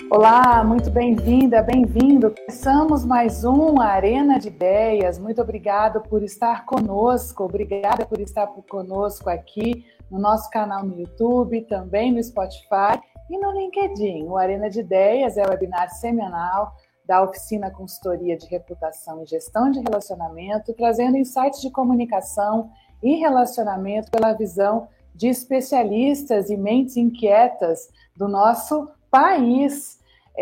Olá, muito bem-vinda, bem-vindo. Começamos mais um Arena de Ideias. Muito obrigada por estar conosco, obrigada por estar conosco aqui no nosso canal no YouTube, também no Spotify e no LinkedIn. O Arena de Ideias é o webinar semanal da Oficina Consultoria de Reputação e Gestão de Relacionamento, trazendo insights de comunicação e relacionamento pela visão de especialistas e mentes inquietas do nosso país.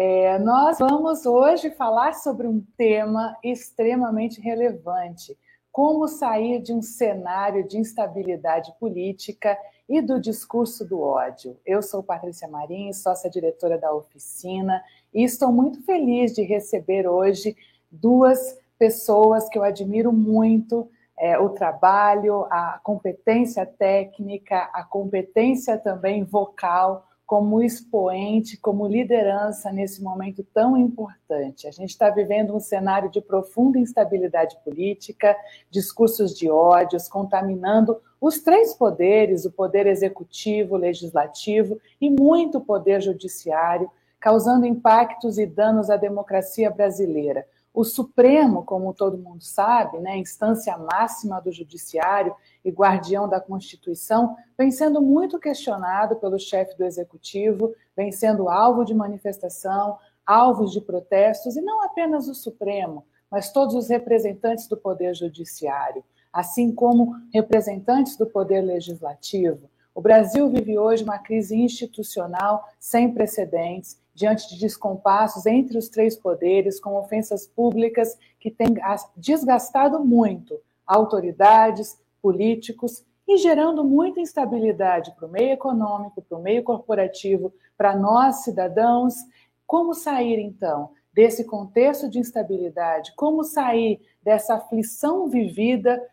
Nós vamos hoje falar sobre um tema extremamente relevante: como sair de um cenário de instabilidade política e do discurso do ódio. Eu sou Patrícia Marim, sócia-diretora da oficina, e estou muito feliz de receber hoje duas pessoas que eu admiro muito, o trabalho, a competência técnica, a competência também vocal, como expoente, como liderança nesse momento tão importante. A gente está vivendo um cenário de profunda instabilidade política, discursos de ódios, contaminando os três poderes, o poder executivo, legislativo e muito poder judiciário, causando impactos e danos à democracia brasileira. O Supremo, como todo mundo sabe, né, instância máxima do judiciário e guardião da Constituição, vem sendo muito questionado pelo chefe do Executivo, vem sendo alvo de manifestação, alvos de protestos, e não apenas o Supremo, mas todos os representantes do Poder Judiciário, assim como representantes do Poder Legislativo. O Brasil vive hoje uma crise institucional sem precedentes, diante de descompassos entre os três poderes, com ofensas públicas que têm desgastado muito autoridades, políticos e gerando muita instabilidade para o meio econômico, para o meio corporativo, para nós, cidadãos. Como sair, então, desse contexto de instabilidade? Como sair dessa aflição vivida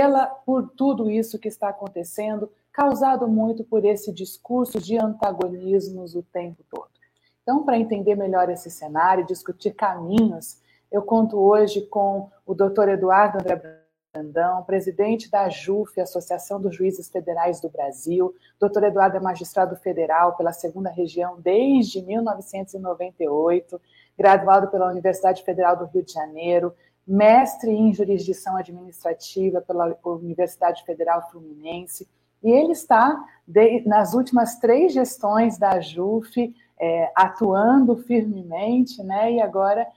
por tudo isso que está acontecendo, causado muito por esse discurso de antagonismos o tempo todo? Então, para entender melhor esse cenário, discutir caminhos, eu conto hoje com o Dr. Eduardo André Brandão, presidente da AJUF, Associação dos Juízes Federais do Brasil. Dr. Eduardo é magistrado federal pela 2ª Região desde 1998, graduado pela Universidade Federal do Rio de Janeiro, mestre em jurisdição administrativa pela Universidade Federal Fluminense, e ele está, nas últimas 3 gestões da AJUF, atuando firmemente, né? E agora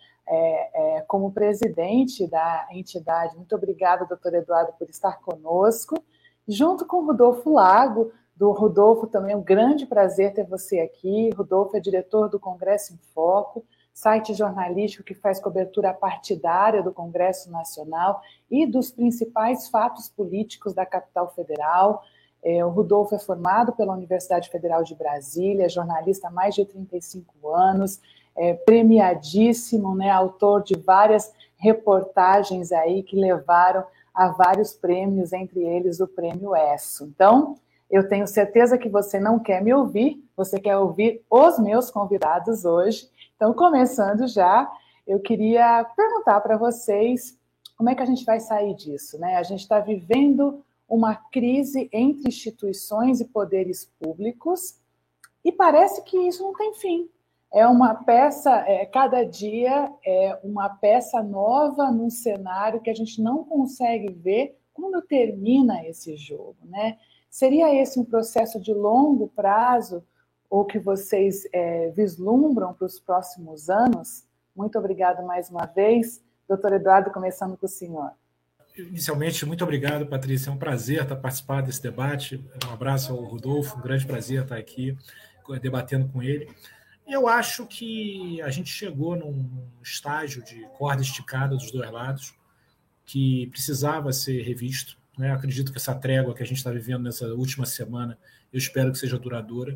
como presidente da entidade. Muito obrigada, doutor Eduardo, por estar conosco, junto com o Rodolfo Lago. Do Rodolfo também é um grande prazer ter você aqui. Rodolfo é diretor do Congresso em Foco, site jornalístico que faz cobertura partidária do Congresso Nacional e dos principais fatos políticos da capital federal. O Rodolfo é formado pela Universidade Federal de Brasília, é jornalista há mais de 35 anos, premiadíssimo, né, autor de várias reportagens aí que levaram a vários prêmios, entre eles o Prêmio ESSO. Então, eu tenho certeza que você não quer me ouvir, você quer ouvir os meus convidados hoje. Então, começando já, eu queria perguntar para vocês como é que a gente vai sair disso, né? A gente está vivendo uma crise entre instituições e poderes públicos, e parece que isso não tem fim. É uma peça, cada dia é uma peça nova num cenário que a gente não consegue ver quando termina esse jogo, né? Seria esse um processo de longo prazo, ou que vocês vislumbram para os próximos anos? Muito obrigada mais uma vez. Doutor Eduardo, começando com o senhor. Inicialmente, muito obrigado, Patrícia. É um prazer estar participando desse debate. Um abraço ao Rodolfo, um grande prazer estar aqui debatendo com ele. Eu acho que a gente chegou num estágio de corda esticada dos dois lados que precisava ser revisto, né? Acredito que essa trégua que a gente está vivendo nessa última semana, eu espero que seja duradoura.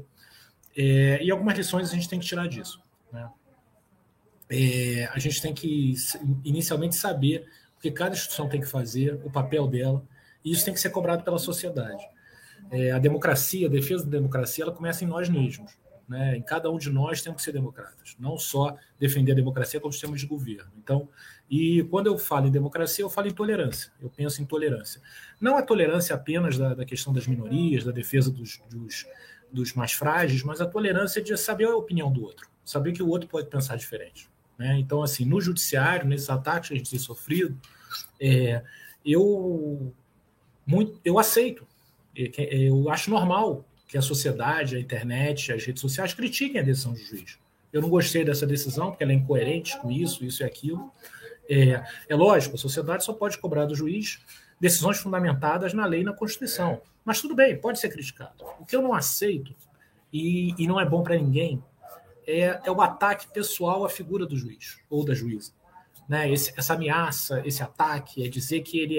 E algumas lições a gente tem que tirar disso, né? A gente tem que, inicialmente, saber o que cada instituição tem que fazer, o papel dela, e isso tem que ser cobrado pela sociedade. A democracia, a defesa da democracia, ela começa em nós mesmos, né? Em cada um de nós temos que ser democratas, não só defender a democracia como sistema de governo. Então, e quando eu falo em democracia, eu falo em tolerância, eu penso em tolerância. Não a tolerância apenas da questão das minorias, da defesa dos mais frágeis, mas a tolerância de saber a opinião do outro, saber que o outro pode pensar diferente, né? Então, assim, no judiciário, nesses ataques que a gente tem sofrido, eu aceito, eu acho normal que a sociedade, a internet, as redes sociais critiquem a decisão do juiz. Eu não gostei dessa decisão, porque ela é incoerente com isso e aquilo. É lógico, a sociedade só pode cobrar do juiz decisões fundamentadas na lei e na Constituição. Mas tudo bem, pode ser criticado. O que eu não aceito, e não é bom para ninguém, é o ataque pessoal à figura do juiz ou da juíza. Né? Essa ameaça, esse ataque, é dizer que ele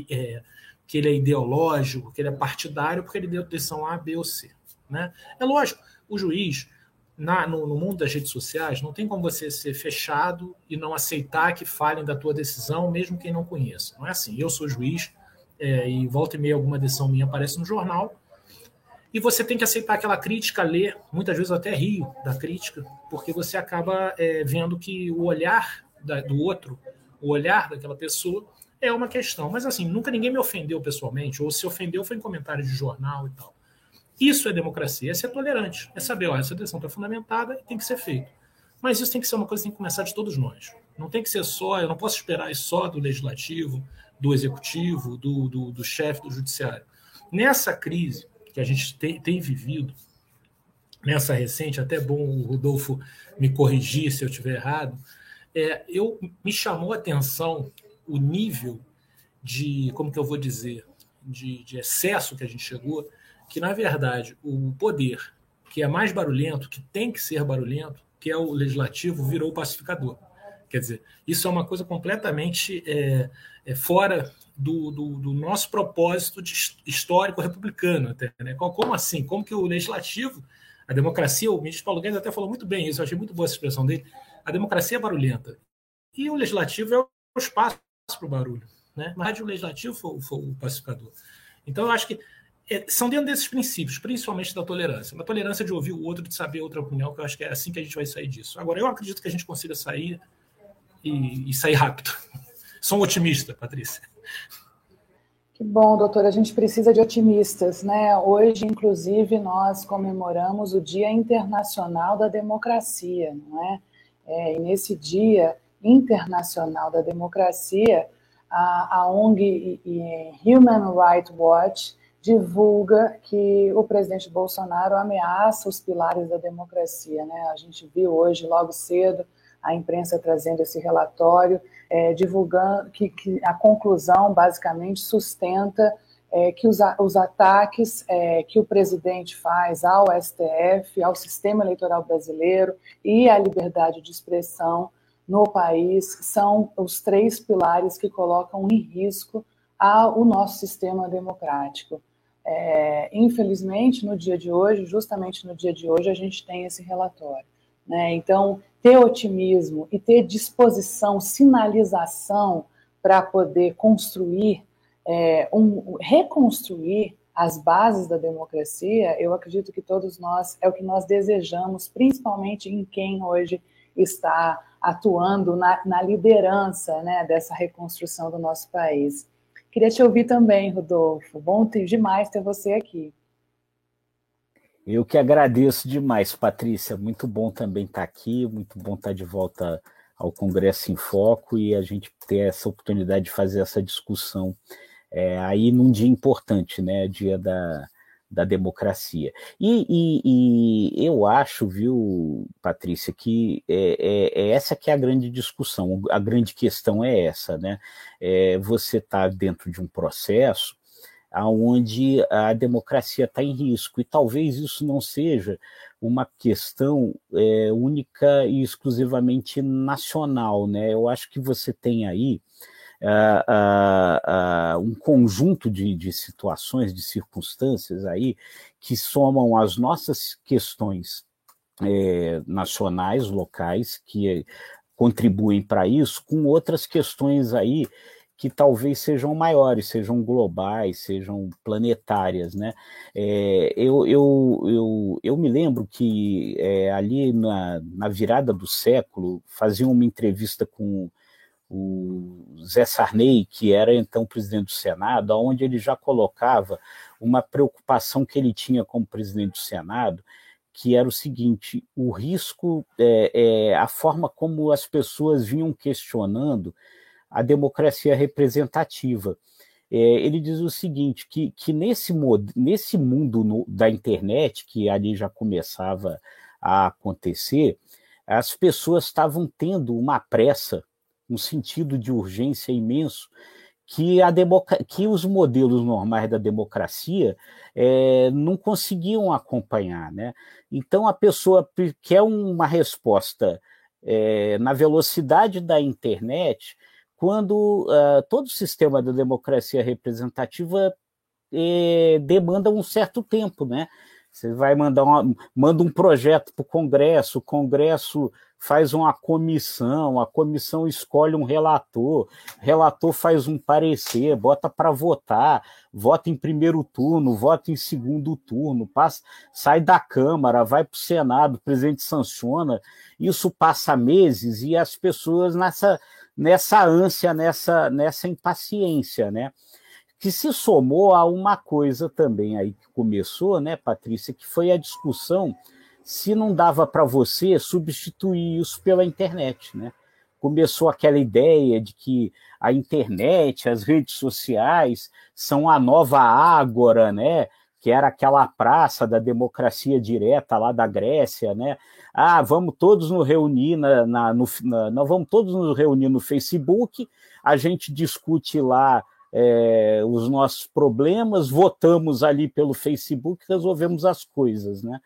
é ideológico, que ele é partidário, porque ele deu decisão A, B ou C. Né? É lógico, o juiz, no mundo das redes sociais, não tem como você ser fechado e não aceitar que falem da tua decisão, mesmo quem não conheça. Não é assim. Eu sou juiz, e volta e meia alguma decisão minha aparece no jornal, e você tem que aceitar aquela crítica, ler, muitas vezes eu até rio da crítica, porque você acaba vendo que o olhar do outro, o olhar daquela pessoa, é uma questão. Mas assim, nunca ninguém me ofendeu pessoalmente, ou se ofendeu foi em comentário de jornal e tal. Isso é democracia, é ser tolerante, é saber, essa decisão está fundamentada e tem que ser feito. Mas isso tem que ser uma coisa que tem que começar de todos nós. Não tem que ser só, eu não posso esperar só do legislativo, do executivo, do chefe do judiciário. Nessa crise que a gente tem vivido, nessa recente, até bom o Rodolfo me corrigir se eu estiver errado, me chamou a atenção o nível de, como que eu vou dizer, de excesso que a gente chegou, que, na verdade, o poder que é mais barulhento, que tem que ser barulhento, que é o legislativo, virou o pacificador. Quer dizer, isso é uma coisa completamente fora do nosso propósito histórico republicano. Até, né? Como assim? Como que o legislativo, a democracia, o ministro Paulo Guedes até falou muito bem isso, eu achei muito boa essa expressão dele, a democracia é barulhenta. E o legislativo é o espaço para o barulho. Né? Mas o legislativo foi o pacificador. Então, eu acho que são dentro desses princípios, principalmente da tolerância. Uma tolerância de ouvir o outro, de saber outra opinião, que eu acho que é assim que a gente vai sair disso. Agora, eu acredito que a gente consiga sair e sair rápido. Sou um otimista, Patrícia. Que bom, doutor. A gente precisa de otimistas, né? Hoje, inclusive, nós comemoramos o Dia Internacional da Democracia, não é? E nesse Dia Internacional da Democracia, a ONG Human Rights Watch divulga que o presidente Bolsonaro ameaça os pilares da democracia, né? A gente viu hoje, logo cedo, a imprensa trazendo esse relatório, divulgando que a conclusão, basicamente, sustenta que os ataques que o presidente faz ao STF, ao sistema eleitoral brasileiro e à liberdade de expressão no país são os 3 pilares que colocam em risco o nosso sistema democrático. Infelizmente, no dia de hoje, justamente no dia de hoje, a gente tem esse relatório. Né? Então, ter otimismo e ter disposição, sinalização para poder construir, reconstruir as bases da democracia, eu acredito que todos nós, é o que nós desejamos, principalmente em quem hoje está atuando na liderança, né, dessa reconstrução do nosso país. Queria te ouvir também, Rodolfo. Bom demais ter você aqui. Eu que agradeço demais, Patrícia. Muito bom também estar aqui, muito bom estar de volta ao Congresso em Foco e a gente ter essa oportunidade de fazer essa discussão aí num dia importante, né? Dia da democracia. E eu acho, viu, Patrícia, que essa que é a grande discussão, a grande questão é essa, né? Você está dentro de um processo onde a democracia está em risco, e talvez isso não seja uma questão única e exclusivamente nacional, né? Eu acho que você tem aí um conjunto de situações, de circunstâncias aí que somam as nossas questões nacionais, locais, que contribuem para isso, com outras questões aí que talvez sejam maiores, sejam globais, sejam planetárias, né? Eu me lembro que ali na virada do século faziam uma entrevista com o Zé Sarney, que era então presidente do Senado, onde ele já colocava uma preocupação que ele tinha como presidente do Senado, que era o seguinte: o risco, a forma como as pessoas vinham questionando a democracia representativa. Ele diz o seguinte, que nesse mundo da internet, que ali já começava a acontecer, as pessoas estavam tendo uma pressa, um sentido de urgência imenso, que os modelos normais da democracia não conseguiam acompanhar, né? Então, a pessoa quer uma resposta na velocidade da internet, quando todo o sistema da democracia representativa demanda um certo tempo, né? Você vai manda um projeto para o Congresso faz uma comissão, a comissão escolhe um relator, o relator faz um parecer, bota para votar, vota em primeiro turno, vota em segundo turno, sai da Câmara, vai para o Senado, o presidente sanciona, isso passa meses e as pessoas nessa ânsia, nessa impaciência, né? Que se somou a uma coisa também aí que começou, né, Patrícia, que foi a discussão se não dava para você substituir isso pela internet, né? Começou aquela ideia de que a internet, as redes sociais são a nova ágora, né? Que era aquela praça da democracia direta lá da Grécia, né? Vamos todos nos reunir nós vamos todos nos reunir no Facebook, a gente discute lá os nossos problemas, votamos ali pelo Facebook, resolvemos as coisas, né?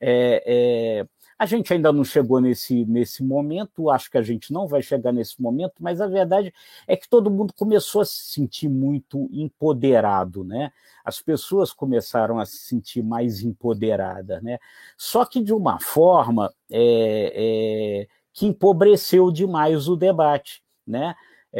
A gente ainda não chegou nesse momento, acho que a gente não vai chegar nesse momento, mas a verdade é que todo mundo começou a se sentir muito empoderado, né? As pessoas começaram a se sentir mais empoderadas, né? Só que de uma forma que empobreceu demais o debate, né?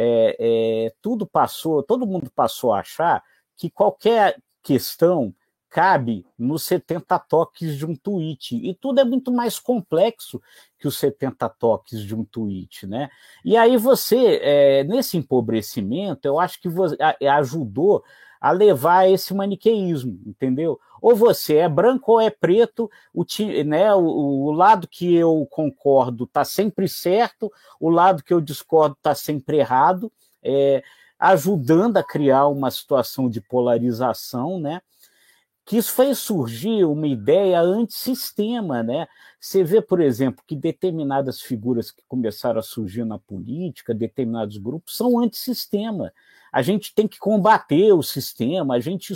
Todo mundo passou a achar que qualquer questão cabe nos 70 toques de um tweet, e tudo é muito mais complexo que os 70 toques de um tweet, né? E aí você, nesse empobrecimento, eu acho que ajudou a levar esse maniqueísmo, entendeu? Ou você é branco ou é preto, né, o lado que eu concordo está sempre certo, o lado que eu discordo está sempre errado, ajudando a criar uma situação de polarização, né? Que isso fez surgir uma ideia antissistema, né? Você vê, por exemplo, que determinadas figuras que começaram a surgir na política, determinados grupos, são antissistema. A gente tem que combater o sistema, a gente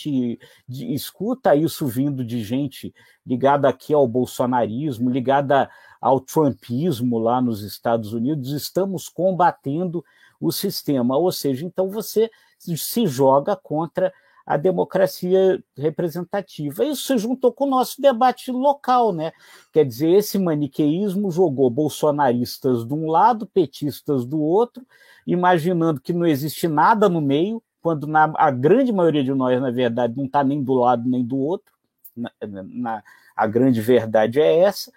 escuta isso vindo de gente ligada aqui ao bolsonarismo, ligada ao trumpismo lá nos Estados Unidos, estamos combatendo o sistema. Ou seja, então você se joga contra a democracia representativa. Isso se juntou com o nosso debate local, né? Quer dizer, esse maniqueísmo jogou bolsonaristas de um lado, petistas do outro, imaginando que não existe nada no meio, quando a grande maioria de nós, na verdade, não está nem do lado nem do outro. A grande verdade é essa.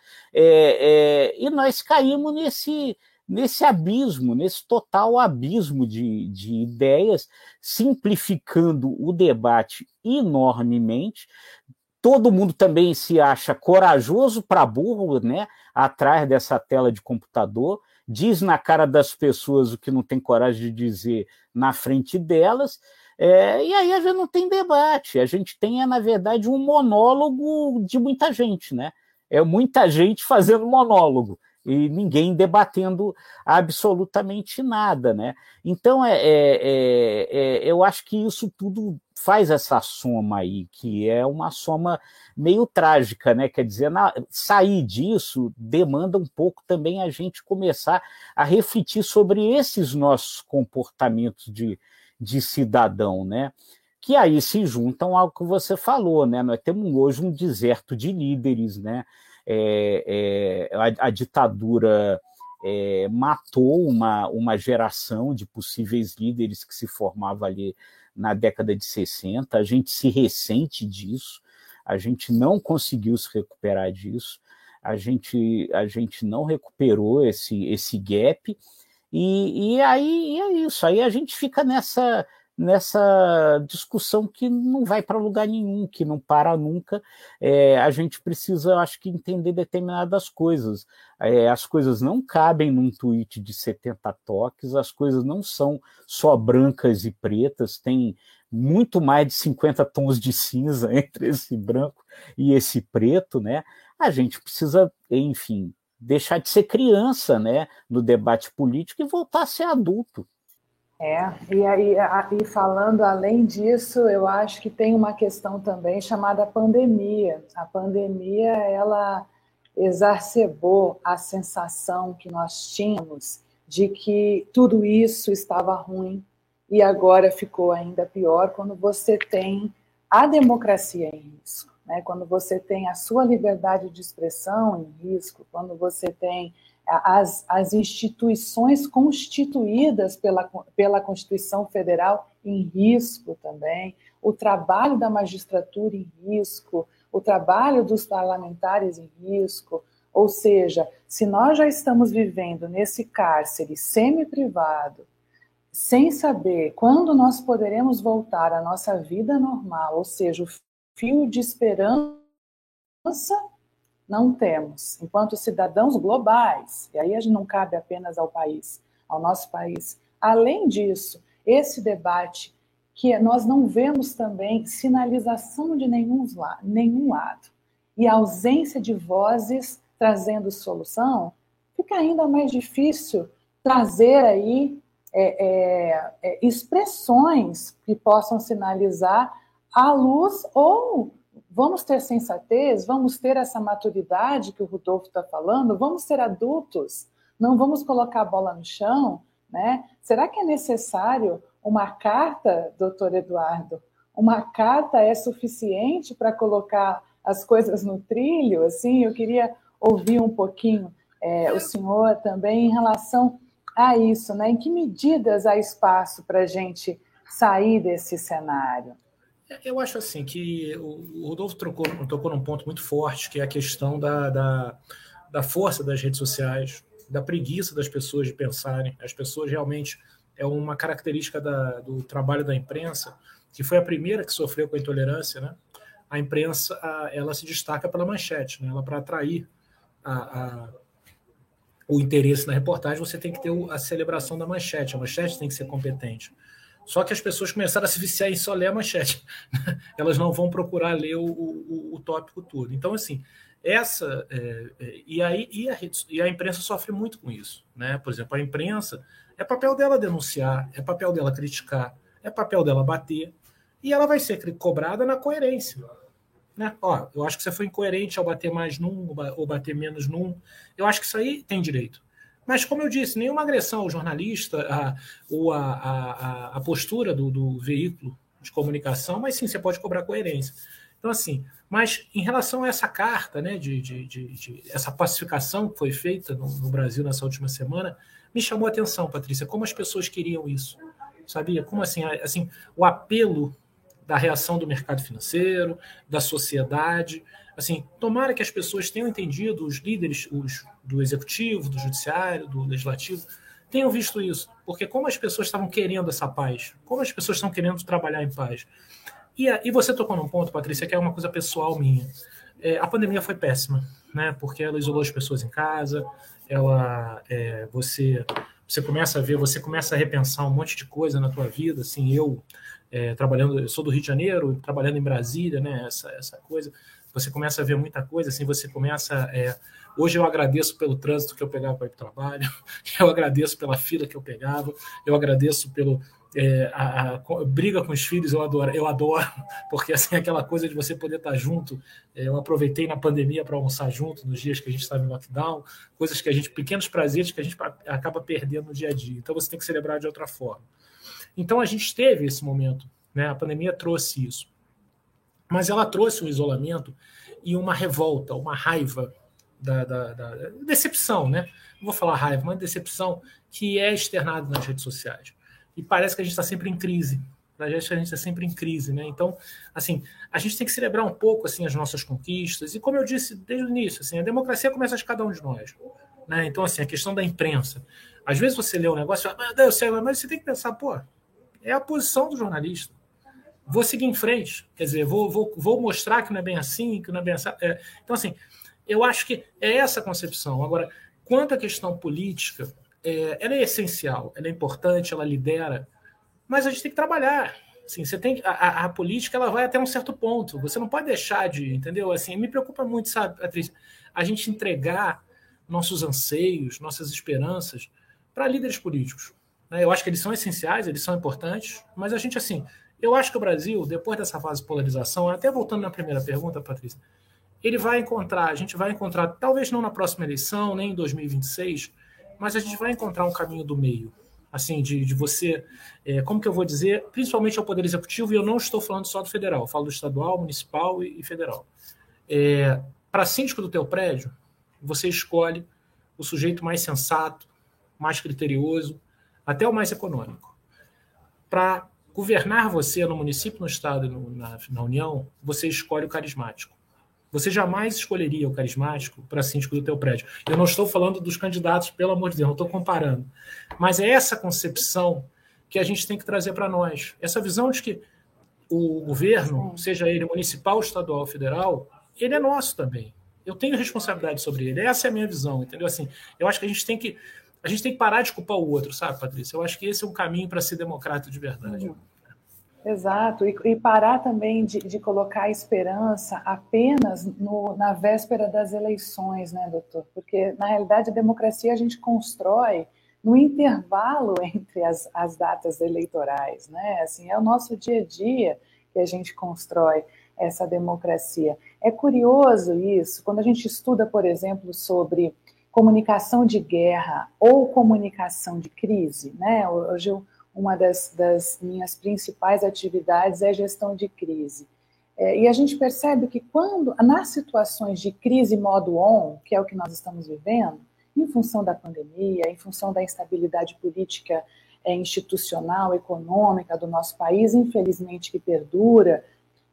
E nós caímos nesse abismo, nesse total abismo de ideias, simplificando o debate enormemente. Todo mundo também se acha corajoso para burro, né? Atrás dessa tela de computador, diz na cara das pessoas o que não tem coragem de dizer na frente delas, e aí a gente não tem debate, a gente tem, na verdade, um monólogo de muita gente, né? É muita gente fazendo monólogo, e ninguém debatendo absolutamente nada, né? Então, eu acho que isso tudo faz essa soma aí, que é uma soma meio trágica, né? Quer dizer, sair disso demanda um pouco também a gente começar a refletir sobre esses nossos comportamentos de cidadão, né? Que aí se juntam ao que você falou, né? Nós temos hoje um deserto de líderes, né? A ditadura matou uma geração de possíveis líderes que se formava ali na década de 60, a gente se ressente disso, a gente não conseguiu se recuperar disso, a gente não recuperou esse gap, e aí é isso, aí a gente fica nessa discussão que não vai para lugar nenhum, que não para nunca. A gente precisa, acho que, entender determinadas coisas. As coisas não cabem num tweet de 70 toques, as coisas não são só brancas e pretas, tem muito mais de 50 tons de cinza entre esse branco e esse preto, né? A gente precisa, enfim, deixar de ser criança, né, no debate político e voltar a ser adulto. E aí, falando além disso, eu acho que tem uma questão também chamada pandemia. A pandemia, ela exacerbou a sensação que nós tínhamos de que tudo isso estava ruim e agora ficou ainda pior quando você tem a democracia em risco, né? Quando você tem a sua liberdade de expressão em risco, quando você tem as instituições constituídas pela Constituição Federal em risco também, o trabalho da magistratura em risco, o trabalho dos parlamentares em risco. Ou seja, se nós já estamos vivendo nesse cárcere semi-privado, sem saber quando nós poderemos voltar à nossa vida normal, ou seja, o fio de esperança não temos, enquanto cidadãos globais, e aí a gente não cabe apenas ao país, ao nosso país. Além disso, esse debate que nós não vemos também sinalização de nenhum lado, e a ausência de vozes trazendo solução, fica ainda mais difícil trazer aí expressões que possam sinalizar a luz ou vamos ter sensatez, vamos ter essa maturidade que o Rodolfo está falando, vamos ser adultos, não vamos colocar a bola no chão, né? Será que é necessário uma carta, doutor Eduardo? Uma carta é suficiente para colocar as coisas no trilho? Assim, eu queria ouvir um pouquinho o senhor também em relação a isso, né? Em que medidas há espaço para a gente sair desse cenário? Eu acho assim que o Rodolfo tocou num ponto muito forte, que é a questão da força das redes sociais, da preguiça das pessoas de pensarem. As pessoas realmente, é uma característica do trabalho da imprensa, que foi a primeira que sofreu com a intolerância, né? A imprensa, ela se destaca pela manchete, né? Ela, para atrair o interesse na reportagem, você tem que ter a celebração da manchete. A manchete tem que ser competente. Só que as pessoas começaram a se viciar em só ler a manchete. Elas não vão procurar ler o tópico todo. Então, assim, a imprensa sofre muito com isso, né? Por exemplo, a imprensa, é papel dela denunciar, é papel dela criticar, é papel dela bater, e ela vai ser cobrada na coerência, né? Eu acho que você foi incoerente ao bater mais num ou bater menos num. Eu acho que isso aí tem direito. Mas, como eu disse, nenhuma agressão ao jornalista ou a postura do veículo de comunicação, mas sim, você pode cobrar coerência. Então, assim, mas em relação a essa carta, né, essa pacificação que foi feita no Brasil nessa última semana, me chamou a atenção, Patrícia, como as pessoas queriam isso, sabia? Como assim o apelo da reação do mercado financeiro, da sociedade. Assim, tomara que as pessoas tenham entendido, os líderes do executivo, do judiciário, do legislativo, tenham visto isso. Porque como as pessoas estavam querendo essa paz, como as pessoas estão querendo trabalhar em paz. E você tocou num ponto, Patrícia, que é uma coisa pessoal minha. A pandemia foi péssima, né? Porque ela isolou as pessoas em casa, você começa a ver, você começa a repensar um monte de coisa na tua vida. Assim, eu sou do Rio de Janeiro, trabalhando em Brasília, né? Essa coisa. Você começa a ver muita coisa, assim, você começa... Hoje eu agradeço pelo trânsito que eu pegava para ir para o trabalho, eu agradeço pela fila que eu pegava, eu agradeço pelo... a briga com os filhos, eu adoro, porque assim, aquela coisa de você poder estar junto, eu aproveitei na pandemia para almoçar junto, nos dias que a gente estava em lockdown, pequenos prazeres que a gente acaba perdendo no dia a dia, então você tem que celebrar de outra forma. Então a gente teve esse momento, né? A pandemia trouxe isso. Mas ela trouxe um isolamento e uma revolta, uma raiva da decepção, né? Não vou falar raiva, mas decepção que é externada nas redes sociais. E parece que a gente está sempre em crise. Parece que a gente está sempre em crise, né? Então, assim, a gente tem que celebrar um pouco assim, as nossas conquistas. E como eu disse desde o início, assim, a democracia começa de cada um de nós, né? Então, assim, a questão da imprensa. Às vezes você lê um negócio e fala, meu Deus do céu, mas você tem que pensar, é a posição do jornalista. Vou seguir em frente, quer dizer, vou mostrar que não é bem assim, que não é bem assim. Então, assim, eu acho que é essa a concepção. Agora, quanto à questão política, ela é essencial, ela é importante, ela lidera, mas a gente tem que trabalhar. Assim, você tem a política, ela vai até um certo ponto. Você não pode deixar de, entendeu? Assim, me preocupa muito, sabe, Patrícia, a gente entregar nossos anseios, nossas esperanças para líderes políticos. Eu acho que eles são essenciais, eles são importantes, mas a gente, assim, eu acho que o Brasil, depois dessa fase de polarização, até voltando na primeira pergunta, Patrícia, a gente vai encontrar, talvez não na próxima eleição, nem em 2026, mas a gente vai encontrar um caminho do meio, assim, de você, como que eu vou dizer, principalmente ao Poder Executivo, e eu não estou falando só do federal, eu falo do estadual, municipal e federal. Para síndico do teu prédio, você escolhe o sujeito mais sensato, mais criterioso, até o mais econômico. Para governar você no município, no estado e na União, você escolhe o carismático. Você jamais escolheria o carismático para síndico do teu prédio. Eu não estou falando dos candidatos, pelo amor de Deus, não estou comparando. Mas é essa concepção que a gente tem que trazer para nós. Essa visão de que o governo, seja ele municipal, estadual ou federal, ele é nosso também. Eu tenho responsabilidade sobre ele. Essa é a minha visão, entendeu? Assim, eu acho que a gente tem que parar de culpar o outro, sabe, Patrícia? Eu acho que esse é um caminho para ser democrata de verdade. Exato, e parar também de colocar a esperança apenas na véspera das eleições, né, doutor? Porque, na realidade, a democracia a gente constrói no intervalo entre as datas eleitorais, né? Assim, é o nosso dia a dia que a gente constrói essa democracia. É curioso isso, quando a gente estuda, por exemplo, sobre comunicação de guerra ou comunicação de crise, né? Hoje uma das minhas principais atividades é gestão de crise. E a gente percebe que nas situações de crise modo on, que é o que nós estamos vivendo, em função da pandemia, em função da instabilidade política, institucional, econômica do nosso país, infelizmente que perdura,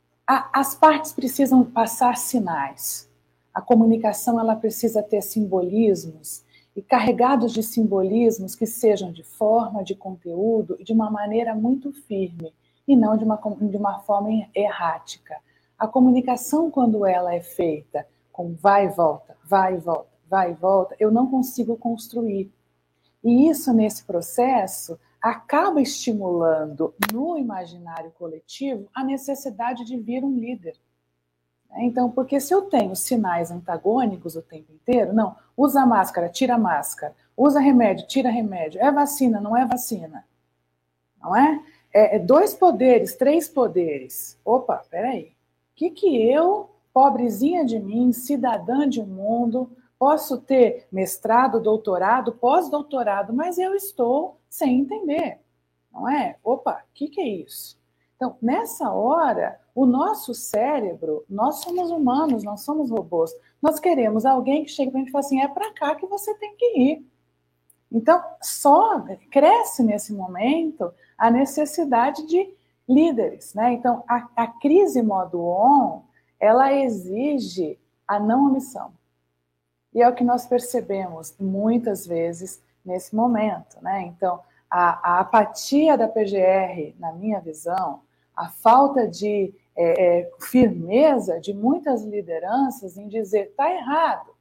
as partes precisam passar sinais. A comunicação ela precisa ter simbolismos, e carregados de simbolismos que sejam de forma, de conteúdo e de uma maneira muito firme, e não de uma forma errática. A comunicação, quando ela é feita com vai e volta, vai e volta, vai e volta, eu não consigo construir. E isso, nesse processo, acaba estimulando no imaginário coletivo a necessidade de vir um líder. Então, porque se eu tenho sinais antagônicos o tempo inteiro, não, usa máscara, tira máscara, usa remédio, tira remédio, é vacina, não é vacina, não é? 2 poderes, 3 poderes. Opa, peraí, o que eu, pobrezinha de mim, cidadã de um mundo, posso ter mestrado, doutorado, pós-doutorado, mas eu estou sem entender, não é? Opa, o que é isso? Então, nessa hora, o nosso cérebro, nós somos humanos, nós somos robôs. Nós queremos alguém que chegue para a gente e fale assim, é para cá que você tem que ir. Então, só cresce nesse momento a necessidade de líderes, né? Então, a crise modo on, ela exige a não omissão. E é o que nós percebemos muitas vezes nesse momento, né? Então, a apatia da PGR, na minha visão, a falta de firmeza de muitas lideranças em dizer, está errado.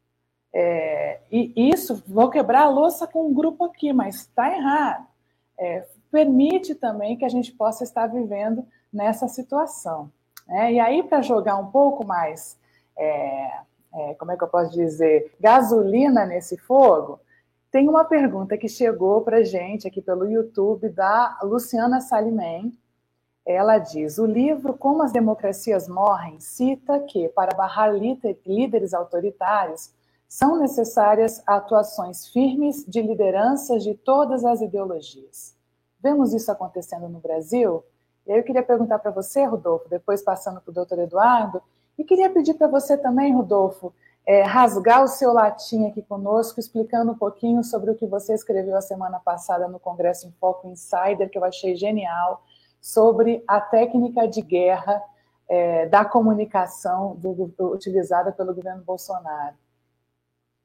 E isso, vou quebrar a louça com um grupo aqui, mas está errado. Permite também que a gente possa estar vivendo nessa situação. E aí, para jogar um pouco mais, como é que eu posso dizer, gasolina nesse fogo, tem uma pergunta que chegou para a gente aqui pelo YouTube, da Luciana Salimem. Ela diz, o livro Como as Democracias Morrem cita que, para barrar líderes autoritários, são necessárias atuações firmes de lideranças de todas as ideologias. Vemos isso acontecendo no Brasil? E aí eu queria perguntar para você, Rodolfo, depois passando para o doutor Eduardo, e queria pedir para você também, Rodolfo, rasgar o seu latim aqui conosco, explicando um pouquinho sobre o que você escreveu a semana passada no Congresso em Foco Insider, que eu achei genial, sobre a técnica de guerra da comunicação utilizada pelo governo Bolsonaro.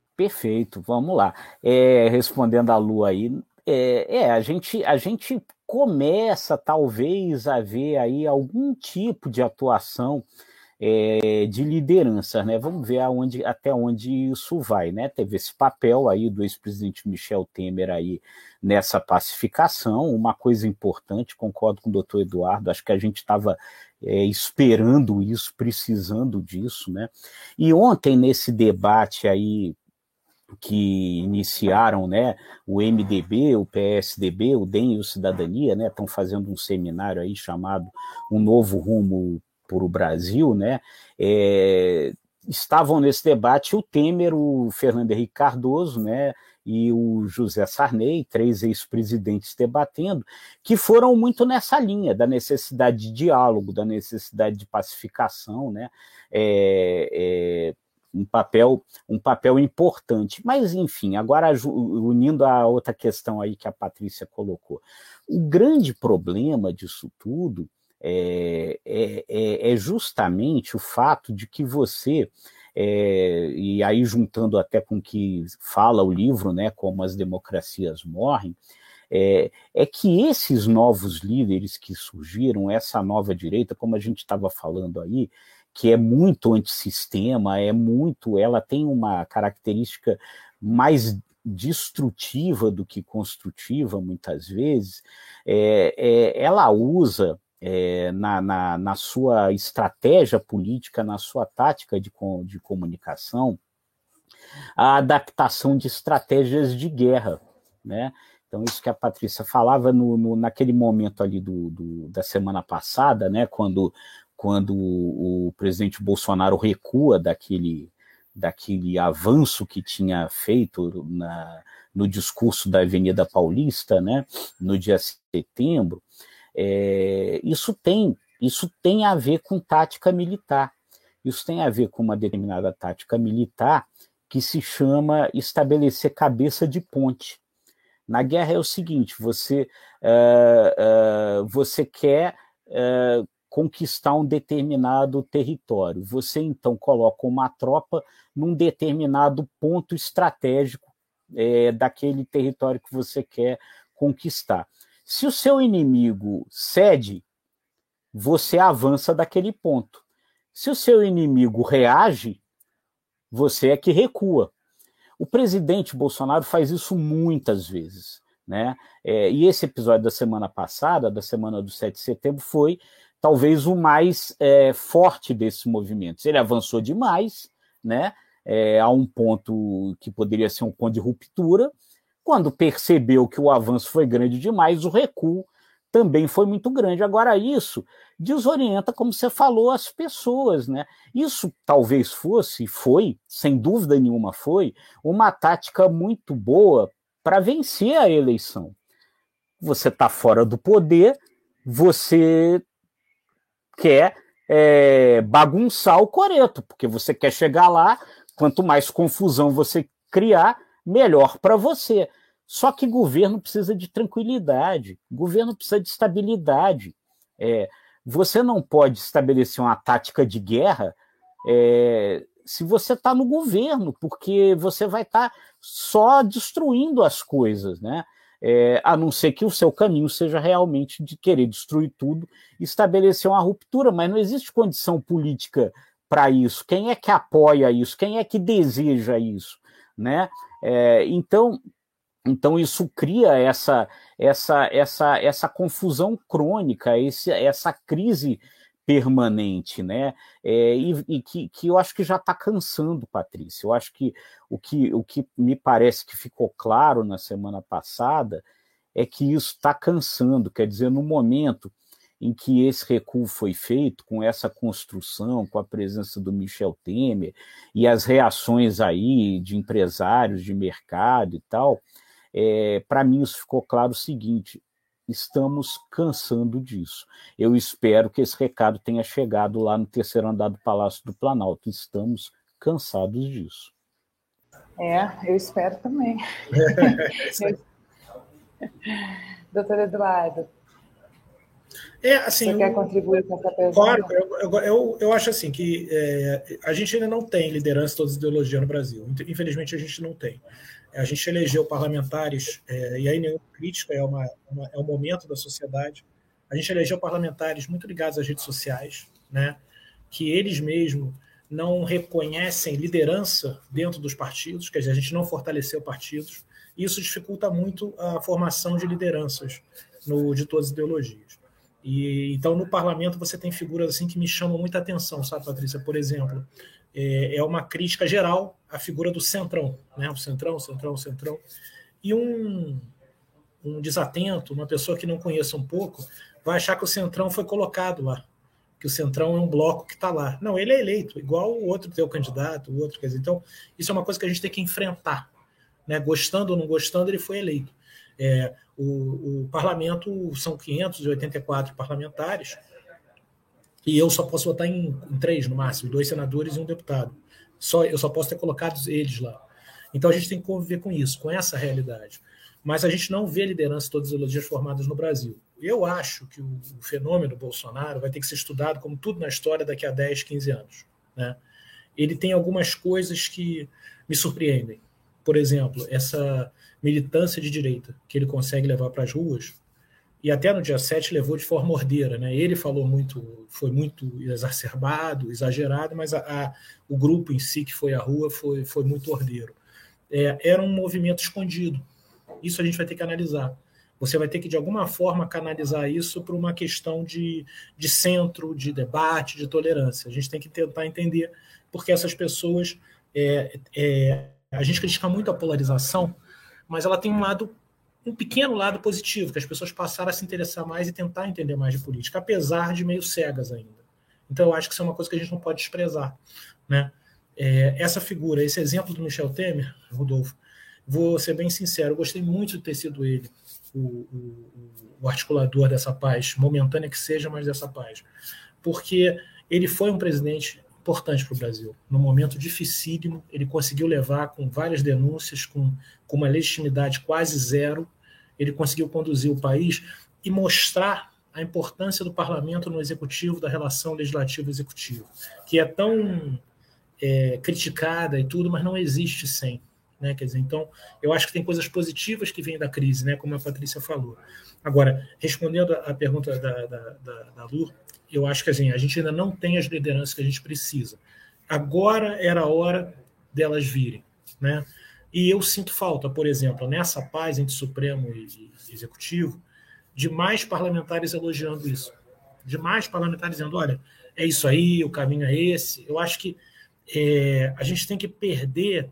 Perfeito, vamos lá. Respondendo a Lu aí, a gente começa talvez a haver aí algum tipo de atuação de liderança, né? Vamos ver até onde isso vai, né? Teve esse papel aí do ex-presidente Michel Temer aí nessa pacificação, uma coisa importante, concordo com o doutor Eduardo, acho que a gente estava esperando isso, precisando disso, né? E ontem, nesse debate aí que iniciaram, né, o MDB, o PSDB, o DEM e o Cidadania, né, estão fazendo um seminário aí chamado Um Novo Rumo para o Brasil, né, estavam nesse debate o Temer, o Fernando Henrique Cardoso, né, e o José Sarney, 3 ex-presidentes debatendo, que foram muito nessa linha da necessidade de diálogo, da necessidade de pacificação, né, um papel importante. Mas, enfim, agora unindo a outra questão aí que a Patrícia colocou, o grande problema disso tudo é justamente o fato de que você, e aí juntando até com o que fala o livro, né, Como as Democracias Morrem, é que esses novos líderes que surgiram, essa nova direita, como a gente estava falando aí, que é muito antissistema, ela tem uma característica mais destrutiva do que construtiva, muitas vezes, ela usa na sua estratégia política, na sua tática de comunicação, a adaptação de estratégias de guerra, né? Então, isso que a Patrícia falava naquele momento ali da semana passada, né, quando o presidente Bolsonaro recua daquele avanço que tinha feito no discurso da Avenida Paulista, né, no dia de setembro, isso tem a ver com tática militar. Isso tem a ver com uma determinada tática militar que se chama estabelecer cabeça de ponte. Na guerra é o seguinte, você quer conquistar um determinado território. Você, então, coloca uma tropa num determinado ponto estratégico daquele território que você quer conquistar. Se o seu inimigo cede, você avança daquele ponto. Se o seu inimigo reage, você é que recua. O presidente Bolsonaro faz isso muitas vezes, né? E esse episódio da semana passada, da semana do 7 de setembro, foi talvez o mais forte desses movimentos. Ele avançou demais, né? A um ponto que poderia ser um ponto de ruptura. Quando percebeu que o avanço foi grande demais, o recuo também foi muito grande. Agora, isso desorienta, como você falou, as pessoas, né? Isso talvez foi, sem dúvida nenhuma foi, uma tática muito boa para vencer a eleição. Você está fora do poder, você quer bagunçar o coreto, porque você quer chegar lá, quanto mais confusão você criar, melhor para você. Só que governo precisa de tranquilidade, governo precisa de estabilidade. Você não pode estabelecer uma tática de guerra se você está no governo, porque você vai estar só destruindo as coisas, né? A não ser que o seu caminho seja realmente de querer destruir tudo e estabelecer uma ruptura, mas não existe condição política para isso. Quem é que apoia isso? Quem é que deseja isso? Né? Então isso cria essa confusão crônica, essa crise permanente, né? E que eu acho que já está cansando, Patrícia. Eu acho que o que me parece que ficou claro na semana passada é que isso está cansando, quer dizer, no momento em que esse recuo foi feito, com essa construção, com a presença do Michel Temer e as reações aí de empresários, de mercado e tal, para mim isso ficou claro o seguinte: estamos cansando disso. Eu espero que esse recado tenha chegado lá no terceiro andar do Palácio do Planalto. Estamos cansados disso. Eu espero também. Doutor Eduardo. Assim, você quer contribuir com essa pergunta? Claro, eu acho assim que a gente ainda não tem liderança de todas as ideologias no Brasil. Infelizmente, a gente não tem. A gente elegeu parlamentares, e aí nenhuma crítica, é um momento da sociedade. A gente elegeu parlamentares muito ligados às redes sociais, né, que eles mesmos não reconhecem liderança dentro dos partidos, quer dizer, a gente não fortaleceu partidos, e isso dificulta muito a formação de lideranças de todas as ideologias. Então, no parlamento, você tem figuras assim que me chamam muita atenção, sabe, Patrícia? Por exemplo, é uma crítica geral à figura do centrão, né? O centrão. E um desatento, uma pessoa que não conheça um pouco, vai achar que o centrão foi colocado lá, que o centrão é um bloco que está lá. Não, ele é eleito, igual o outro teu candidato, o outro. Quer dizer, então, isso é uma coisa que a gente tem que enfrentar, né? Gostando ou não gostando, ele foi eleito. O parlamento são 584 parlamentares e eu só posso votar em 3 no máximo, 2 senadores e um deputado. Eu só posso ter colocado eles lá. Então a gente tem que conviver com isso, com essa realidade. Mas a gente não vê liderança de todas as ideologias formadas no Brasil. Eu acho que o fenômeno Bolsonaro vai ter que ser estudado, como tudo na história, daqui a 10, 15 anos. Né? Ele tem algumas coisas que me surpreendem. Por exemplo, essa militância de direita que ele consegue levar para as ruas, e até no dia 7 levou de forma ordeira. Né? Ele falou muito, foi muito exacerbado, exagerado, mas o grupo em si que foi à rua foi muito ordeiro. Era um movimento escondido. Isso a gente vai ter que analisar. Você vai ter que, de alguma forma, canalizar isso para uma questão de centro, de debate, de tolerância. A gente tem que tentar entender porque essas pessoas... a gente critica muito a polarização, mas ela tem um pequeno lado positivo, que as pessoas passaram a se interessar mais e tentar entender mais de política, apesar de meio cegas ainda. Então, eu acho que isso é uma coisa que a gente não pode desprezar. Né? Essa figura, esse exemplo do Michel Temer, Rodolfo, vou ser bem sincero, eu gostei muito de ter sido ele o articulador dessa paz, momentânea que seja, mas dessa paz. Porque ele foi um presidente importante para o Brasil. Num momento dificílimo, ele conseguiu levar, com várias denúncias, com uma legitimidade quase zero, ele conseguiu conduzir o país e mostrar a importância do parlamento no executivo, da relação legislativo-executivo, que é tão criticada e tudo, mas não existe sem. Né? Quer dizer, então, eu acho que tem coisas positivas que vêm da crise, né? Como a Patrícia falou. Agora, respondendo à pergunta da Lu, eu acho que assim, a gente ainda não tem as lideranças que a gente precisa. Agora era a hora delas virem. Né? E eu sinto falta, por exemplo, nessa paz entre Supremo e Executivo, de mais parlamentares elogiando isso. De mais parlamentares dizendo, olha, é isso aí, o caminho é esse. Eu acho que a gente tem que perder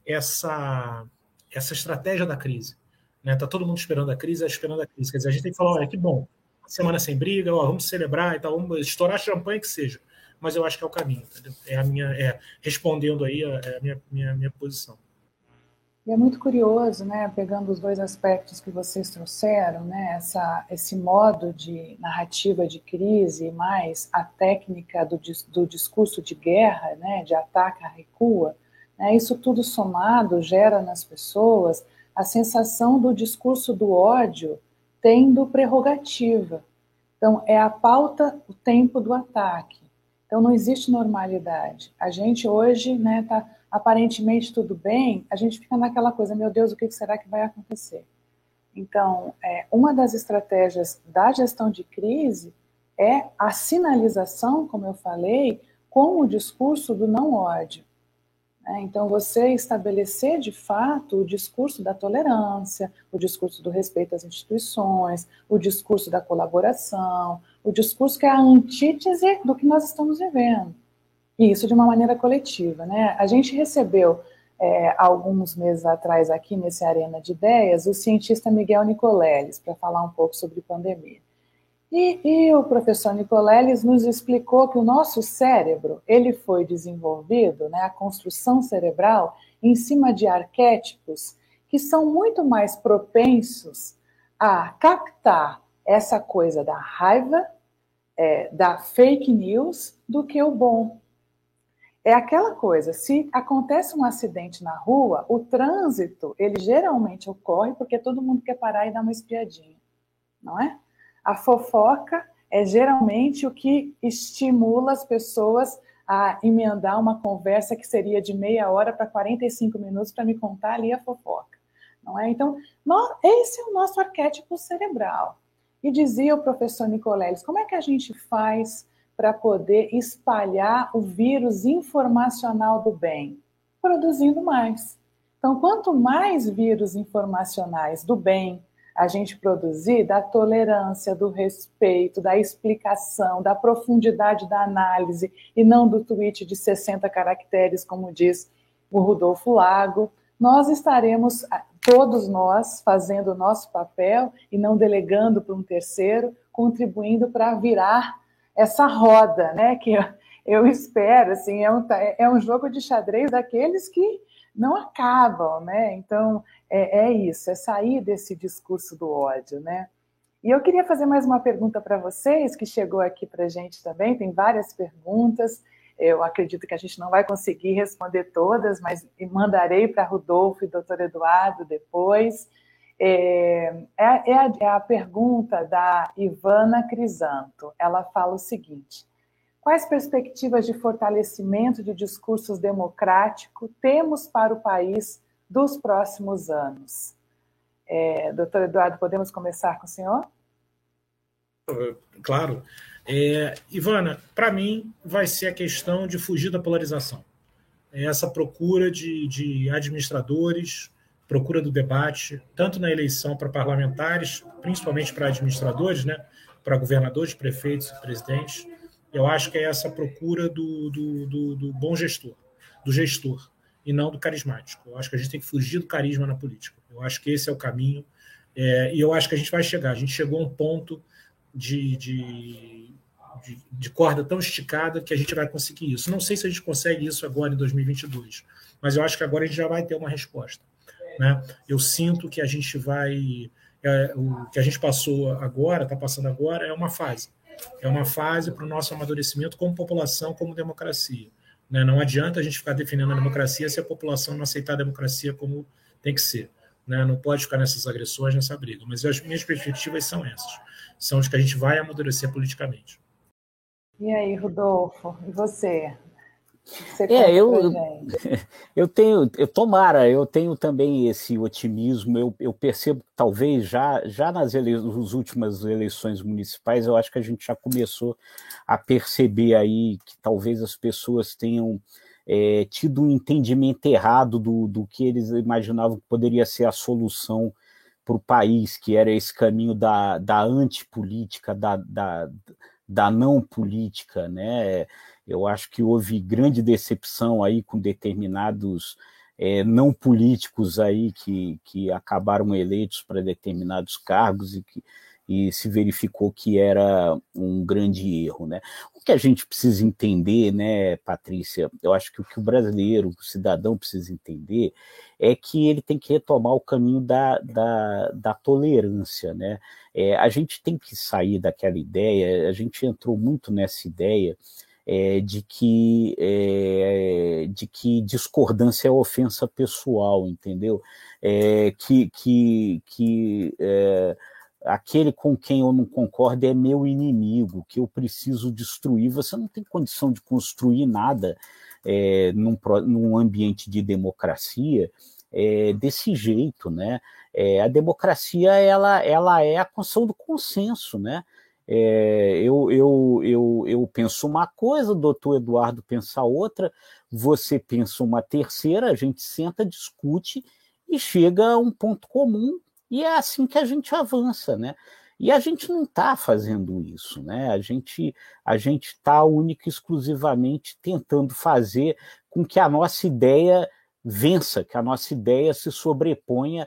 essa estratégia da crise. Né? Tá todo mundo esperando a crise, esperando a crise. Quer dizer, a gente tem que falar, olha, que bom, semana sem briga, vamos celebrar e tal, vamos estourar champanhe que seja. Mas eu acho que é o caminho. Entendeu? Respondendo aí a minha posição. E é muito curioso, né, pegando os dois aspectos que vocês trouxeram, né, esse modo de narrativa de crise, mais a técnica do discurso de guerra, né, de ataque a recua, né, isso tudo somado gera nas pessoas a sensação do discurso do ódio tendo prerrogativa. Então, é a pauta, o tempo do ataque. Então, não existe normalidade. A gente hoje, né, está aparentemente tudo bem, a gente fica naquela coisa, meu Deus, o que será que vai acontecer? Então, uma das estratégias da gestão de crise é a sinalização, como eu falei, com o discurso do não ódio. Então, você estabelecer, de fato, o discurso da tolerância, o discurso do respeito às instituições, o discurso da colaboração, o discurso que é a antítese do que nós estamos vivendo. E isso de uma maneira coletiva. Né? A gente recebeu, alguns meses atrás, aqui nesse Arena de Ideias, o cientista Miguel Nicoleles, para falar um pouco sobre pandemia. E o professor Nicoleles nos explicou que o nosso cérebro, ele foi desenvolvido, né, a construção cerebral, em cima de arquétipos que são muito mais propensos a captar essa coisa da raiva, da fake news, do que o bom. É aquela coisa, se acontece um acidente na rua, o trânsito, ele geralmente ocorre porque todo mundo quer parar e dar uma espiadinha, não é? A fofoca é geralmente o que estimula as pessoas a emendar uma conversa que seria de meia hora para 45 minutos para me contar ali a fofoca. Não é? Então, esse é o nosso arquétipo cerebral. E dizia o professor Nicoleles, como é que a gente faz para poder espalhar o vírus informacional do bem? Produzindo mais. Então, quanto mais vírus informacionais do bem a gente produzir, da tolerância, do respeito, da explicação, da profundidade da análise, e não do tweet de 60 caracteres, como diz o Rodolfo Lago, nós estaremos, todos nós, fazendo o nosso papel e não delegando para um terceiro, contribuindo para virar essa roda, né? Que eu espero, assim, é um jogo de xadrez daqueles que não acabam, né? Então, é isso, é sair desse discurso do ódio, né? E eu queria fazer mais uma pergunta para vocês, que chegou aqui para a gente também, tem várias perguntas, eu acredito que a gente não vai conseguir responder todas, mas mandarei para Rodolfo e doutor Eduardo depois. É a pergunta da Ivana Crisanto, ela fala o seguinte: quais perspectivas de fortalecimento de discursos democráticos temos para o país dos próximos anos? Doutor Eduardo, podemos começar com o senhor? Claro. Ivana, para mim, vai ser a questão de fugir da polarização. Essa procura de administradores, procura do debate, tanto na eleição para parlamentares, principalmente para administradores, né, para governadores, prefeitos e presidentes. Eu acho que é essa procura do bom gestor, do gestor, e não do carismático. Eu acho que a gente tem que fugir do carisma na política. Eu acho que esse é o caminho, e eu acho que a gente vai chegar. A gente chegou a um ponto de corda tão esticada que a gente vai conseguir isso. Não sei se a gente consegue isso agora em 2022, mas eu acho que agora a gente já vai ter uma resposta, né? Eu sinto que a gente vai... o que a gente passou agora, está passando agora, é uma fase. É uma fase para o nosso amadurecimento como população, como democracia. Né? Não adianta a gente ficar defendendo a democracia se a população não aceitar a democracia como tem que ser. Né? Não pode ficar nessas agressões, nessa briga. Mas as minhas perspectivas são essas. São de que a gente vai amadurecer politicamente. E aí, Rodolfo, e você? Eu tenho também esse otimismo. Eu percebo que talvez já nas últimas eleições municipais, eu acho que a gente já começou a perceber aí que talvez as pessoas tenham tido um entendimento errado do que eles imaginavam que poderia ser a solução para o país, que era esse caminho da antipolítica, da não política, né? Eu acho que houve grande decepção aí com determinados não políticos aí que acabaram eleitos para determinados cargos e se verificou que era um grande erro, né? O que a gente precisa entender, né, Patrícia, eu acho que o que o brasileiro, o cidadão precisa entender é que ele tem que retomar o caminho da tolerância, né? A gente tem que sair daquela ideia, a gente entrou muito nessa ideia de que discordância é ofensa pessoal, entendeu? Aquele com quem eu não concordo é meu inimigo, que eu preciso destruir. Você não tem condição de construir nada num ambiente de democracia desse jeito, né? A democracia ela é a construção do consenso, né? Eu penso uma coisa, o doutor Eduardo pensa outra, você pensa uma terceira, a gente senta, discute e chega a um ponto comum, e é assim que a gente avança, né? E a gente não está fazendo isso, né? A gente está única e exclusivamente tentando fazer com que a nossa ideia vença, que a nossa ideia se sobreponha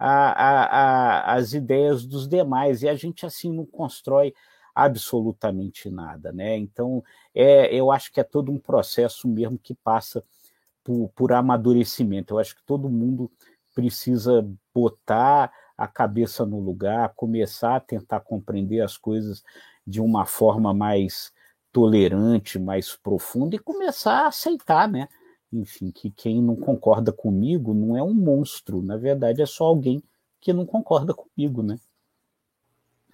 às ideias dos demais, e a gente assim não constrói absolutamente nada, né? Então, eu acho que é todo um processo mesmo que passa por amadurecimento. Eu acho que todo mundo precisa botar a cabeça no lugar, começar a tentar compreender as coisas de uma forma mais tolerante, mais profunda, e começar a aceitar, né? Enfim, que quem não concorda comigo não é um monstro, na verdade é só alguém que não concorda comigo, né?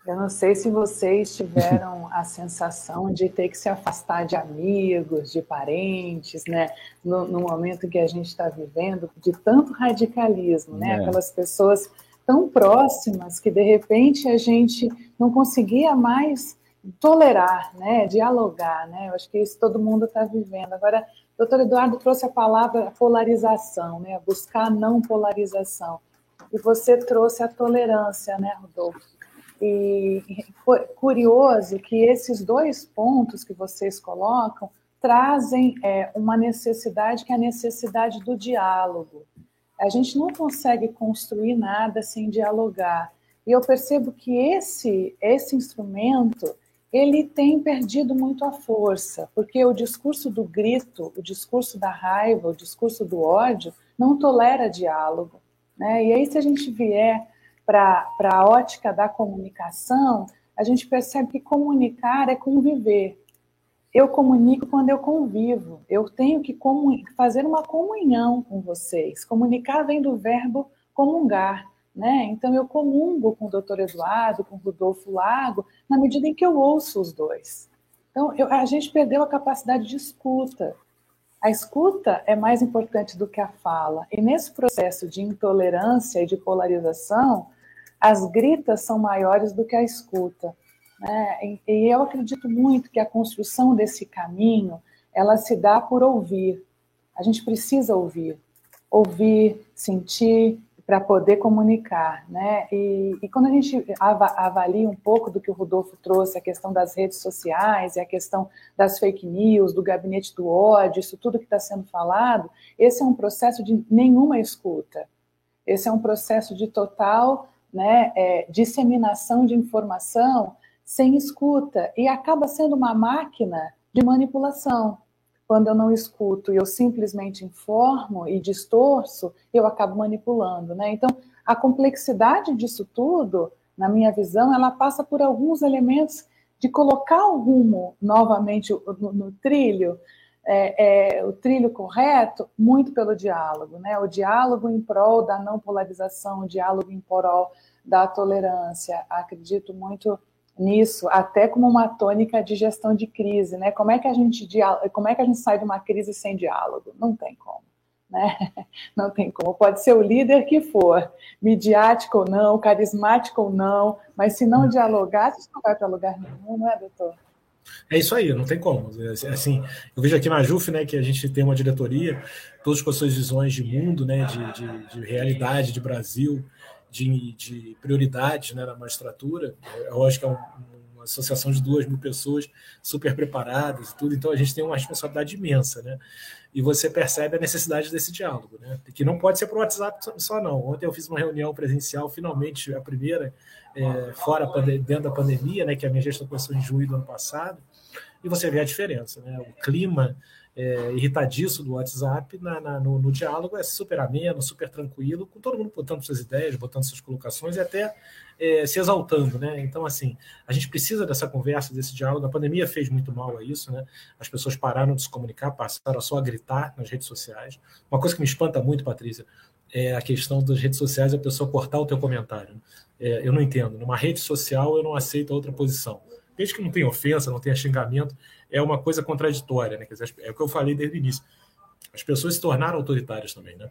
Eu não sei se vocês tiveram a sensação de ter que se afastar de amigos, de parentes, né? No momento que a gente está vivendo, de tanto radicalismo, né? Aquelas pessoas tão próximas que, de repente, a gente não conseguia mais tolerar, né? Dialogar, né? Eu acho que isso todo mundo está vivendo. Agora, o doutor Eduardo trouxe a palavra polarização, né? Buscar a não polarização. E você trouxe a tolerância, né, Rodolfo? E foi curioso que esses dois pontos que vocês colocam trazem uma necessidade, que é a necessidade do diálogo. A gente não consegue construir nada sem dialogar. E eu percebo que esse instrumento, ele tem perdido muito a força, porque o discurso do grito, o discurso da raiva, o discurso do ódio, não tolera diálogo, né? E aí, se a gente vier para a ótica da comunicação, a gente percebe que comunicar é conviver. Eu comunico quando eu convivo. Eu tenho que fazer uma comunhão com vocês. Comunicar vem do verbo comungar, né? Então, eu comungo com o doutor Eduardo, com o Rodolfo Lago, na medida em que eu ouço os dois. Então, a gente perdeu a capacidade de escuta. A escuta é mais importante do que a fala. E nesse processo de intolerância e de polarização, as gritas são maiores do que a escuta, né? E eu acredito muito que a construção desse caminho, ela se dá por ouvir. A gente precisa ouvir, sentir, para poder comunicar, né? E quando a gente avalia um pouco do que o Rodolfo trouxe, a questão das redes sociais e a questão das fake news, do gabinete do ódio, isso tudo que está sendo falado, esse é um processo de nenhuma escuta. Esse é um processo de total, né, disseminação de informação sem escuta, e acaba sendo uma máquina de manipulação. Quando eu não escuto e eu simplesmente informo e distorço, eu acabo manipulando, né? Então, a complexidade disso tudo, na minha visão, ela passa por alguns elementos de colocar o rumo novamente no trilho, o trilho correto, muito pelo diálogo, né? O diálogo em prol da não polarização, o diálogo em prol da tolerância. Acredito muito nisso, até como uma tônica de gestão de crise, né? Como é que a gente sai de uma crise sem diálogo? Não tem como, né? Não tem como. Pode ser o líder que for, midiático ou não, carismático ou não, mas se não dialogar, a gente não vai para lugar nenhum, não é, doutor? É isso aí, não tem como. Assim, eu vejo aqui na JUF, né, que a gente tem uma diretoria, todos com as suas visões de mundo, né, de realidade, de Brasil, de prioridades, né, na magistratura. Eu acho que é uma associação de 2.000 pessoas super preparadas e tudo, então a gente tem uma responsabilidade imensa, né? E você percebe a necessidade desse diálogo, né? Que não pode ser por WhatsApp só, não. Ontem eu fiz uma reunião presencial, finalmente a primeira, dentro da pandemia, né, que a minha gestão começou em junho do ano passado, e você vê a diferença, né? O clima irritadiço do WhatsApp no diálogo é super ameno, super tranquilo, com todo mundo botando suas ideias, botando suas colocações e até se exaltando, né? Então, assim, a gente precisa dessa conversa, desse diálogo. A pandemia fez muito mal a isso, né? As pessoas pararam de se comunicar, passaram só a gritar nas redes sociais. Uma coisa que me espanta muito, Patrícia, é a questão das redes sociais, a pessoa cortar o teu comentário. Eu não entendo. Numa rede social, eu não aceito a outra posição. Desde que não tenha ofensa, não tenha xingamento, é uma coisa contraditória, né? Quer dizer, é o que eu falei desde o início. As pessoas se tornaram autoritárias também, né?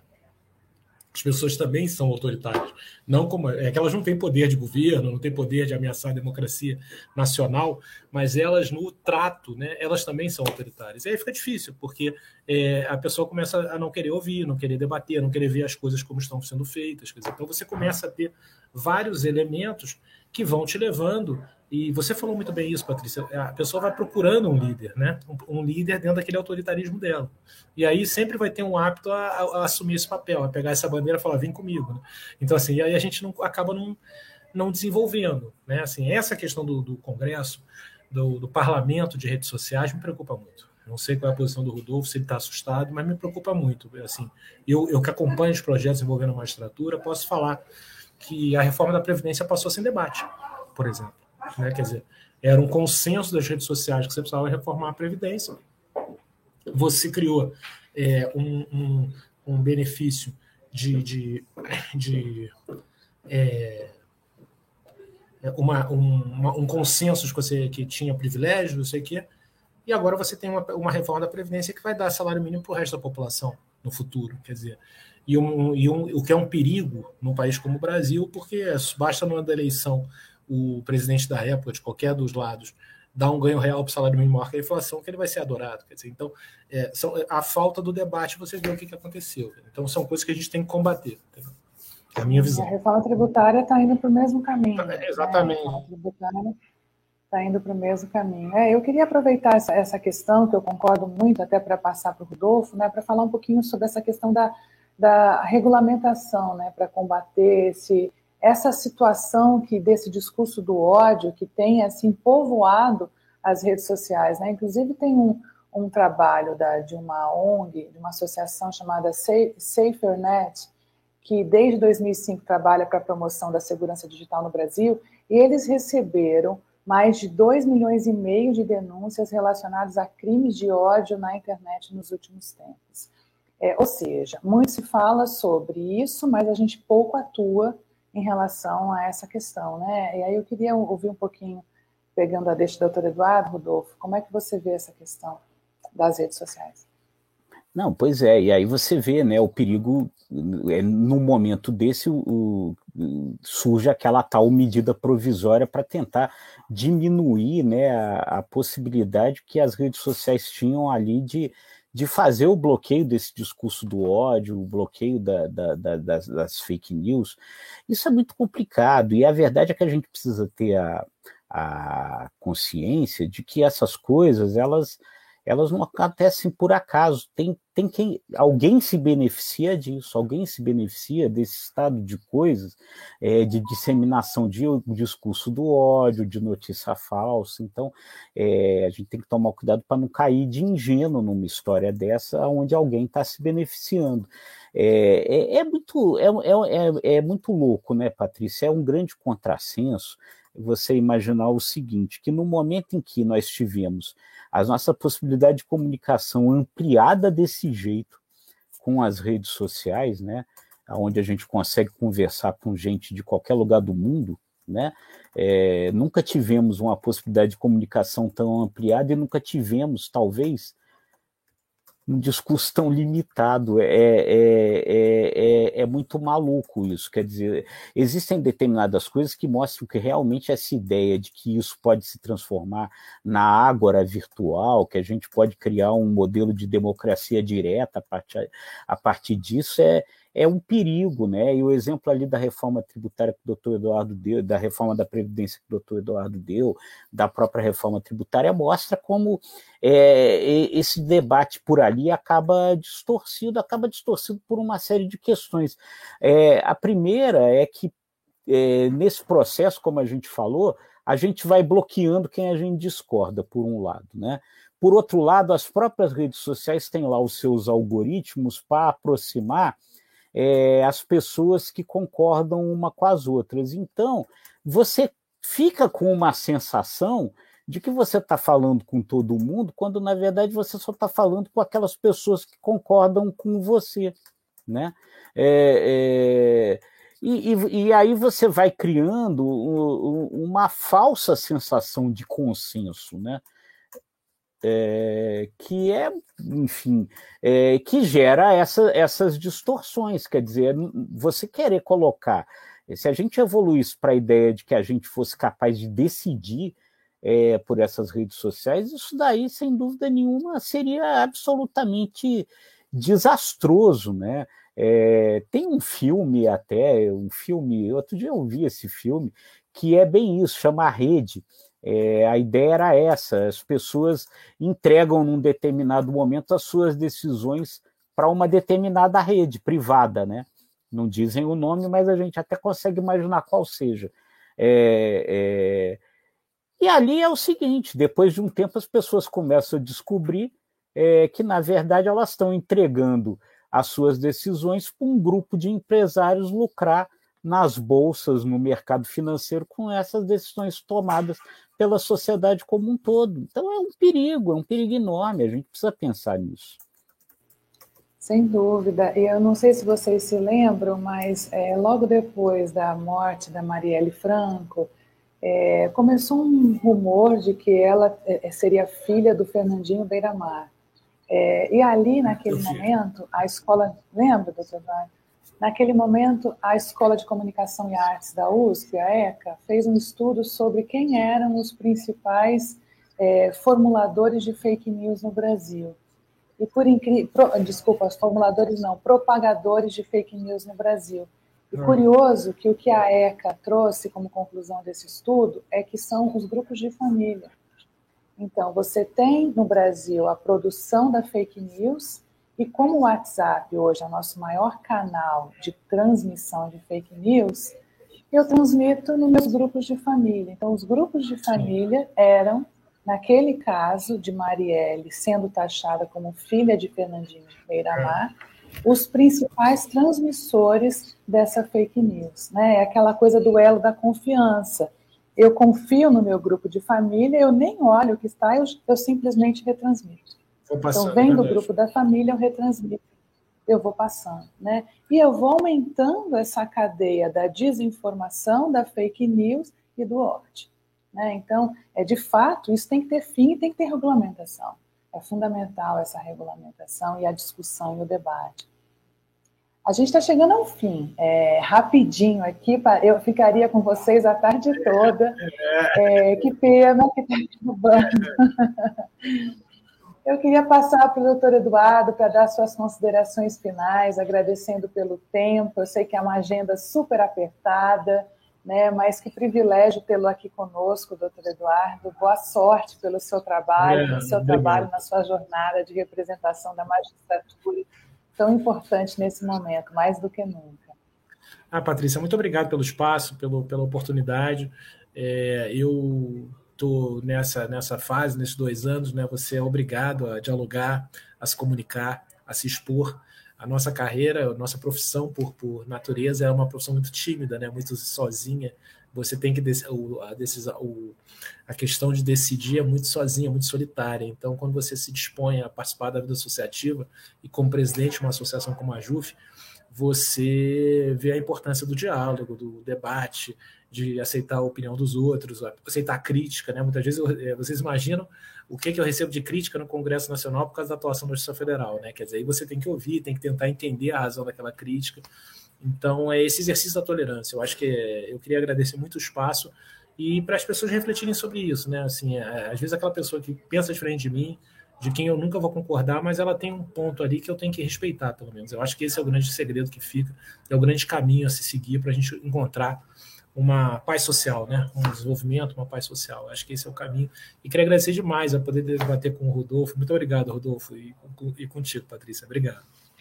As pessoas também são autoritárias. Não como, que elas não têm poder de governo, não têm poder de ameaçar a democracia nacional, mas elas, no trato, né, elas também são autoritárias. E aí fica difícil, porque a pessoa começa a não querer ouvir, não querer debater, não querer ver as coisas como estão sendo feitas. Quer dizer, então você começa a ter vários elementos que vão te levando. E você falou muito bem isso, Patrícia. A pessoa vai procurando um líder, né? Um líder dentro daquele autoritarismo dela. E aí sempre vai ter um apto a assumir esse papel, a pegar essa bandeira e falar, vem comigo. Né? Então, assim, e aí a gente acaba não desenvolvendo. Né? Assim, essa questão do Congresso, do parlamento de redes sociais, me preocupa muito. Não sei qual é a posição do Rodolfo, se ele está assustado, mas me preocupa muito. Assim, eu que acompanho os projetos envolvendo a magistratura, posso falar que a reforma da Previdência passou sem debate, por exemplo. Né? Quer dizer, era um consenso das redes sociais que você precisava reformar a Previdência. Você criou um benefício um consenso que tinha privilégio, não sei o quê, e agora você tem uma reforma da Previdência que vai dar salário mínimo para o resto da população no futuro, quer dizer, o que é um perigo num país como o Brasil, porque basta no ano da eleição o presidente da época, de qualquer dos lados, dar um ganho real para o salário mínimo maior que a inflação, que ele vai ser adorado. Quer dizer, então, a falta do debate, você vê o que aconteceu. Então, são coisas que a gente tem que combater. É a minha visão. A reforma tributária está indo para o mesmo caminho. Exatamente. A reforma tributária está indo para o mesmo caminho. Eu queria aproveitar essa questão, que eu concordo muito, até para passar para o Rodolfo, né, para falar um pouquinho sobre essa questão da regulamentação, né, para combater essa situação desse discurso do ódio que tem assim povoado as redes sociais, né? Inclusive tem um trabalho de uma ONG, de uma associação chamada SaferNet, que desde 2005 trabalha para a promoção da segurança digital no Brasil, e eles receberam mais de 2,5 milhões de denúncias relacionadas a crimes de ódio na internet nos últimos tempos. Ou seja, muito se fala sobre isso, mas a gente pouco atua em relação a essa questão, né? E aí eu queria ouvir um pouquinho, pegando a deixa do doutor Eduardo, Rodolfo, como é que você vê essa questão das redes sociais? Não, pois é, e aí você vê, né, o perigo, no momento desse, surge aquela tal medida provisória para tentar diminuir, né, a possibilidade que as redes sociais tinham ali de fazer o bloqueio desse discurso do ódio, o bloqueio das fake news. Isso é muito complicado, e a verdade é que a gente precisa ter a consciência de que essas coisas, elas não acontecem por acaso. Alguém se beneficia disso, alguém se beneficia desse estado de coisas, de disseminação de discurso do ódio, de notícia falsa. Então, a gente tem que tomar cuidado para não cair de ingênuo numa história dessa, onde alguém está se beneficiando. É muito louco, né, Patrícia? É um grande contrassenso você imaginar o seguinte, que no momento em que nós tivemos a nossa possibilidade de comunicação ampliada desse jeito com as redes sociais, né, onde a gente consegue conversar com gente de qualquer lugar do mundo, né, nunca tivemos uma possibilidade de comunicação tão ampliada e nunca tivemos, talvez, um discurso tão limitado. É muito maluco isso. Quer dizer, existem determinadas coisas que mostram que realmente essa ideia de que isso pode se transformar na ágora virtual, que a gente pode criar um modelo de democracia direta a partir disso, é um perigo, né? E o exemplo ali da reforma tributária que o doutor Eduardo deu, da reforma da Previdência que o doutor Eduardo deu, da própria reforma tributária, mostra como esse debate por ali acaba distorcido por uma série de questões. A primeira é que, nesse processo, como a gente falou, a gente vai bloqueando quem a gente discorda, por um lado, né? Por outro lado, as próprias redes sociais têm lá os seus algoritmos para aproximar as pessoas que concordam uma com as outras. Então, você fica com uma sensação de que você está falando com todo mundo, quando, na verdade, você só está falando com aquelas pessoas que concordam com você, né? E aí você vai criando uma falsa sensação de consenso, né? Que enfim, que gera essas distorções. Quer dizer, você querer colocar, se a gente evoluísse para a ideia de que a gente fosse capaz de decidir por essas redes sociais, isso daí, sem dúvida nenhuma, seria absolutamente desastroso, né? Tem um filme, outro dia eu vi esse filme, que é bem isso, chama A Rede. A ideia era essa: as pessoas entregam num determinado momento as suas decisões para uma determinada rede privada, né? Não dizem o nome, mas a gente até consegue imaginar qual seja. E ali é o seguinte: depois de um tempo as pessoas começam a descobrir que, na verdade, elas estão entregando as suas decisões para um grupo de empresários lucrar nas bolsas, no mercado financeiro, com essas decisões tomadas pela sociedade como um todo. Então é um perigo enorme, a gente precisa pensar nisso. Sem dúvida. E eu não sei se vocês se lembram, mas logo depois da morte da Marielle Franco, começou um rumor de que ela seria filha do Fernandinho Beiramar. E ali, naquele momento, a escola... Lembra, doutor Wagner? Naquele momento, a Escola de Comunicação e Artes da USP, a ECA, fez um estudo sobre quem eram os principais formuladores de fake news no Brasil. E propagadores de fake news no Brasil. E curioso que o que a ECA trouxe como conclusão desse estudo é que são os grupos de família. Então, você tem no Brasil a produção da fake news, e como o WhatsApp hoje é o nosso maior canal de transmissão de fake news, eu transmito nos meus grupos de família. Então, os grupos de família eram, naquele caso de Marielle sendo taxada como filha de Fernandinho Beiramar, os principais transmissores dessa fake news. Né? É aquela coisa do elo da confiança. Eu confio no meu grupo de família, eu nem olho o que está, eu simplesmente retransmito. Então, vem do grupo da família, eu retransmito, eu vou passando. Né? E eu vou aumentando essa cadeia da desinformação, da fake news e do ódio. Né? Então, de fato, isso tem que ter fim e tem que ter regulamentação. É fundamental essa regulamentação e a discussão e o debate. A gente está chegando ao fim. Rapidinho aqui, eu ficaria com vocês a tarde toda. Que pena que está acabando. Eu queria passar para o doutor Eduardo para dar suas considerações finais, agradecendo pelo tempo. Eu sei que é uma agenda super apertada, né, mas que privilégio tê-lo aqui conosco, doutor Eduardo. Boa sorte pelo seu trabalho, na sua jornada de representação da magistratura, tão importante nesse momento, mais do que nunca. Patrícia, muito obrigado pelo espaço, pela oportunidade. Eu estou nessa fase, nesses 2 anos, né, você é obrigado a dialogar, a se comunicar, a se expor. A nossa carreira, a nossa profissão, por natureza, é uma profissão muito tímida, né, muito sozinha. Você tem que a questão de decidir é muito sozinha, muito solitária. Então, quando você se dispõe a participar da vida associativa e como presidente de uma associação como a JUF, você vê a importância do diálogo, do debate, de aceitar a opinião dos outros, aceitar a crítica, né? Muitas vezes vocês imaginam o que eu recebo de crítica no Congresso Nacional por causa da atuação da Justiça Federal, né? Quer dizer, aí você tem que ouvir, tem que tentar entender a razão daquela crítica. Então, é esse exercício da tolerância. Eu acho que eu queria agradecer muito o espaço e para as pessoas refletirem sobre isso, né? Assim, às vezes aquela pessoa que pensa diferente de mim, de quem eu nunca vou concordar, mas ela tem um ponto ali que eu tenho que respeitar, pelo menos. Eu acho que esse é o grande segredo que fica, é o grande caminho a se seguir para a gente encontrar uma paz social, né? Um desenvolvimento, uma paz social. Eu acho que esse é o caminho. E queria agradecer demais a poder debater com o Rodolfo. Muito obrigado, Rodolfo, e contigo, Patrícia. Obrigado.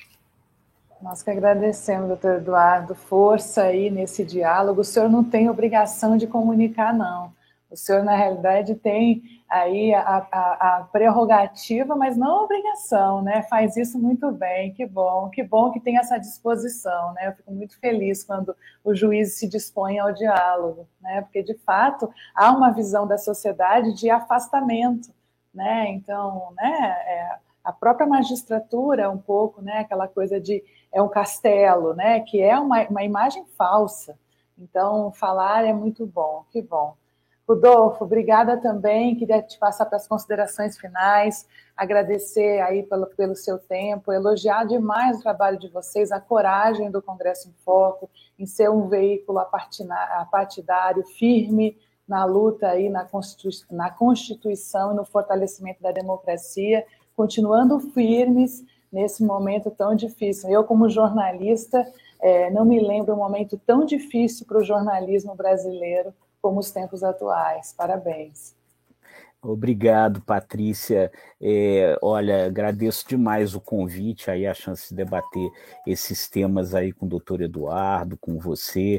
Nós que agradecemos, doutor Eduardo, força aí nesse diálogo. O senhor não tem obrigação de comunicar, não. O senhor, na realidade, tem aí a prerrogativa, mas não a obrigação, né? Faz isso muito bem, que bom que tem essa disposição, né? Eu fico muito feliz quando o juiz se dispõe ao diálogo, né? Porque, de fato, há uma visão da sociedade de afastamento, né? Então, né, a própria magistratura, um pouco, né, aquela coisa de um castelo, né, que é uma imagem falsa. Então, falar é muito bom, que bom. Rodolfo, obrigada também, queria te passar para as considerações finais, agradecer aí pelo seu tempo, elogiar demais o trabalho de vocês, a coragem do Congresso em Foco, em ser um veículo partidário firme na luta aí na Constituição e no fortalecimento da democracia, continuando firmes nesse momento tão difícil. Eu, como jornalista, não me lembro um momento tão difícil para o jornalismo brasileiro como os tempos atuais. Parabéns. Obrigado, Patrícia. Olha, agradeço demais o convite, aí a chance de debater esses temas aí com o doutor Eduardo, com você.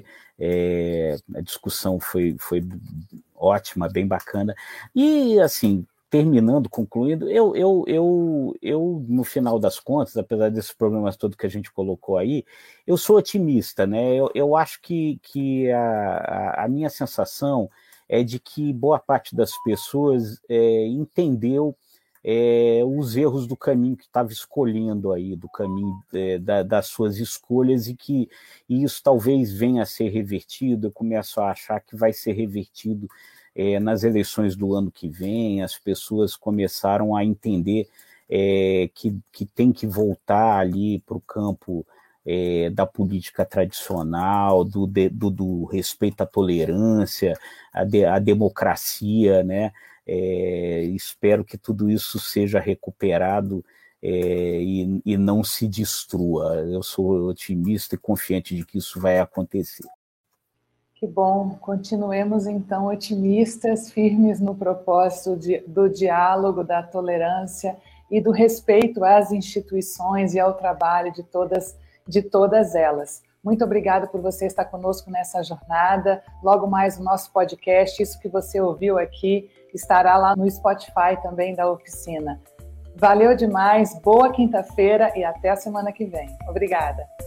A discussão foi ótima, bem bacana. E, assim, concluindo, eu, no final das contas, apesar desses problemas todos que a gente colocou aí, eu sou otimista, né? Eu acho que a minha sensação é de que boa parte das pessoas entendeu os erros do caminho que estava escolhendo aí, do caminho das suas escolhas, e isso talvez venha a ser revertido. Eu começo a achar que vai ser revertido nas eleições do ano que vem. As pessoas começaram a entender que tem que voltar ali para o campo da política tradicional, do respeito à tolerância, à democracia, né? Espero que tudo isso seja recuperado e não se destrua. Eu sou otimista e confiante de que isso vai acontecer. Que bom, continuemos então otimistas, firmes no propósito do diálogo, da tolerância e do respeito às instituições e ao trabalho de todas elas. Muito obrigada por você estar conosco nessa jornada. Logo mais o nosso podcast, isso que você ouviu aqui, estará lá no Spotify também da oficina. Valeu demais, boa quinta-feira e até a semana que vem. Obrigada.